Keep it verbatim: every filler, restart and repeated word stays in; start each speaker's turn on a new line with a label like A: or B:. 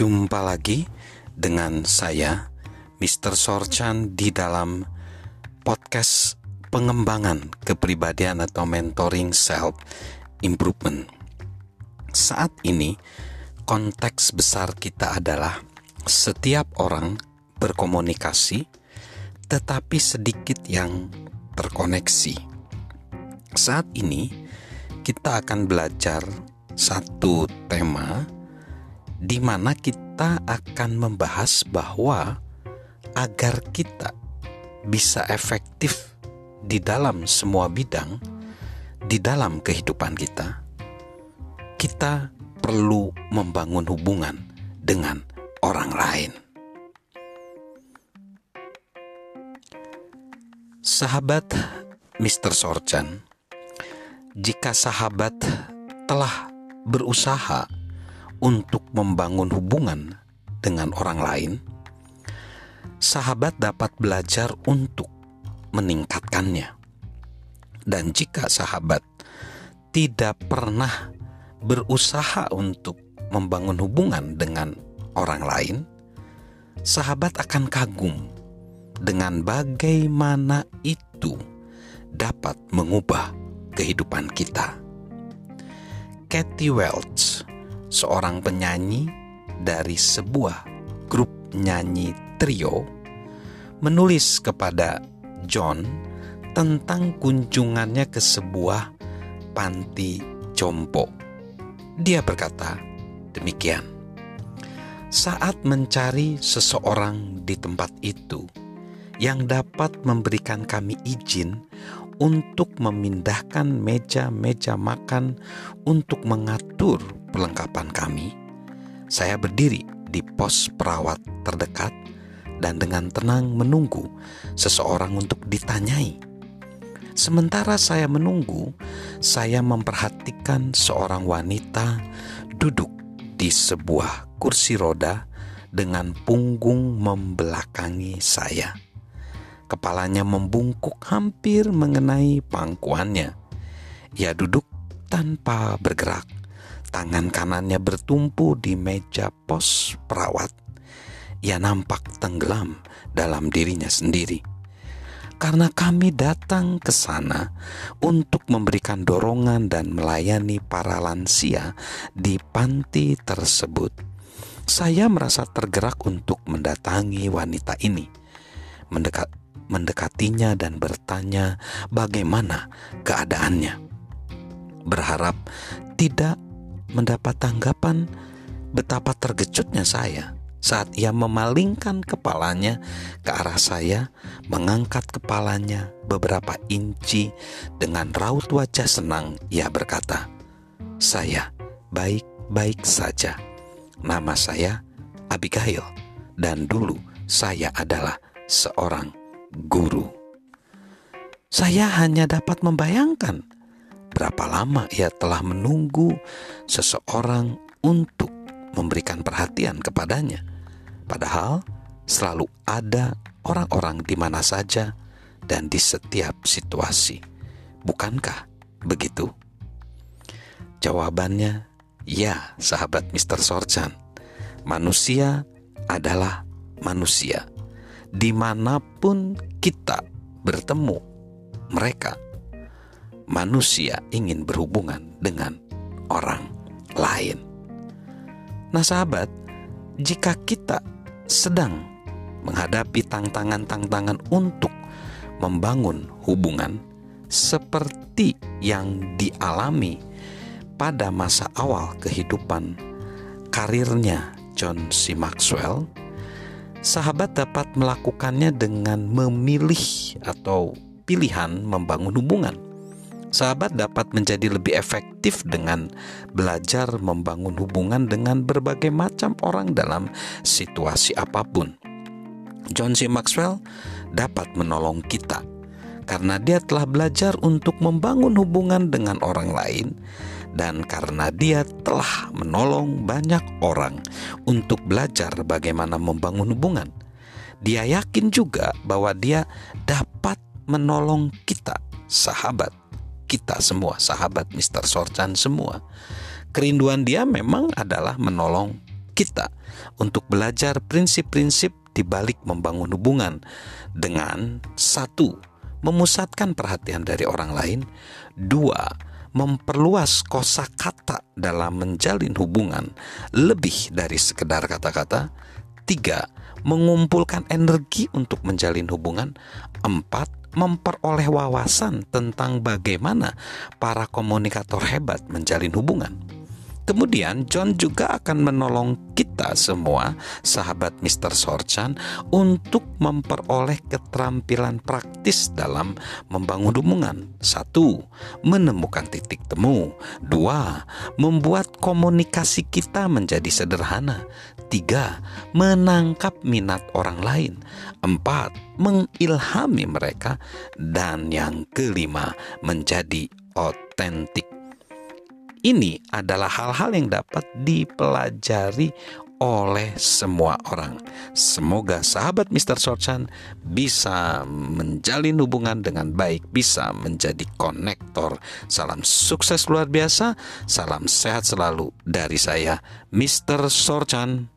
A: Jumpa lagi dengan saya, mister Sorchan, di dalam podcast pengembangan kepribadian atau mentoring self improvement. Saat ini konteks besar kita adalah setiap orang berkomunikasi, tetapi sedikit yang terkoneksi. Saat ini kita akan belajar satu tema di mana kita akan membahas bahwa agar kita bisa efektif di dalam semua bidang di dalam kehidupan kita, kita perlu membangun hubungan dengan orang lain. Sahabat mister Sorchan, jika sahabat telah berusaha untuk membangun hubungan dengan orang lain, sahabat dapat belajar untuk meningkatkannya. Dan jika sahabat tidak pernah berusaha untuk membangun hubungan dengan orang lain, sahabat akan kagum dengan bagaimana itu dapat mengubah kehidupan kita. Kathy Welch, seorang penyanyi dari sebuah grup nyanyi trio, menulis kepada John tentang kunjungannya ke sebuah panti jompo. Dia berkata demikian: "Saat mencari seseorang di tempat itu yang dapat memberikan kami izin untuk memindahkan meja-meja makan untuk mengatur perlengkapan kami, saya berdiri di pos perawat terdekat dan dengan tenang menunggu seseorang untuk ditanyai. Sementara saya menunggu, saya memperhatikan seorang wanita duduk di sebuah kursi roda dengan punggung membelakangi saya. Kepalanya membungkuk hampir mengenai pangkuannya. Ia duduk tanpa bergerak. Tangan kanannya bertumpu di meja pos perawat. Ia nampak tenggelam dalam dirinya sendiri. Karena kami datang ke sana untuk memberikan dorongan dan melayani para lansia di panti tersebut, saya merasa tergerak untuk mendatangi wanita ini, mendekat mendekatinya dan bertanya bagaimana keadaannya. Berharap tidak mendapat tanggapan, betapa terkejutnya saya saat ia memalingkan kepalanya ke arah saya, mengangkat kepalanya beberapa inci dengan raut wajah senang. Ia berkata, "Saya baik-baik saja. Nama saya Abigail dan dulu saya adalah seorang guru." Saya hanya dapat membayangkan berapa lama ia telah menunggu seseorang untuk memberikan perhatian kepadanya. Padahal selalu ada orang-orang di mana saja dan di setiap situasi. Bukankah begitu? Jawabannya, ya, sahabat mister Sorchan. Manusia adalah manusia. Dimanapun kita bertemu mereka, manusia ingin berhubungan dengan orang lain. Nah sahabat, jika kita sedang menghadapi tantangan-tantangan untuk membangun hubungan seperti yang dialami pada masa awal kehidupan karirnya John C. Maxwell, sahabat dapat melakukannya dengan memilih atau pilihan membangun hubungan. Sahabat dapat menjadi lebih efektif dengan belajar membangun hubungan dengan berbagai macam orang dalam situasi apapun. John C. Maxwell dapat menolong kita karena dia telah belajar untuk membangun hubungan dengan orang lain, dan karena dia telah menolong banyak orang untuk belajar bagaimana membangun hubungan. Dia yakin juga bahwa dia dapat menolong kita, sahabat kita semua, sahabat mister Sorchan semua. Kerinduan dia memang adalah menolong kita untuk belajar prinsip-prinsip di balik membangun hubungan dengan satu, memusatkan perhatian dari orang lain, dua, memperluas kosakata dalam menjalin hubungan lebih dari sekedar kata-kata, tiga, mengumpulkan energi untuk menjalin hubungan, empat, memperoleh wawasan tentang bagaimana para komunikator hebat menjalin hubungan. Kemudian John juga akan menolong kita semua, sahabat mister Sorchan, untuk memperoleh keterampilan praktis dalam membangun hubungan. Satu, menemukan titik temu. Dua, membuat komunikasi kita menjadi sederhana. Tiga, menangkap minat orang lain. Empat, mengilhami mereka. Dan yang kelima, menjadi otentik. Ini adalah hal-hal yang dapat dipelajari oleh semua orang. Semoga sahabat mister Sorchan bisa menjalin hubungan dengan baik, bisa menjadi konektor. Salam sukses luar biasa, salam sehat selalu dari saya, mister Sorchan.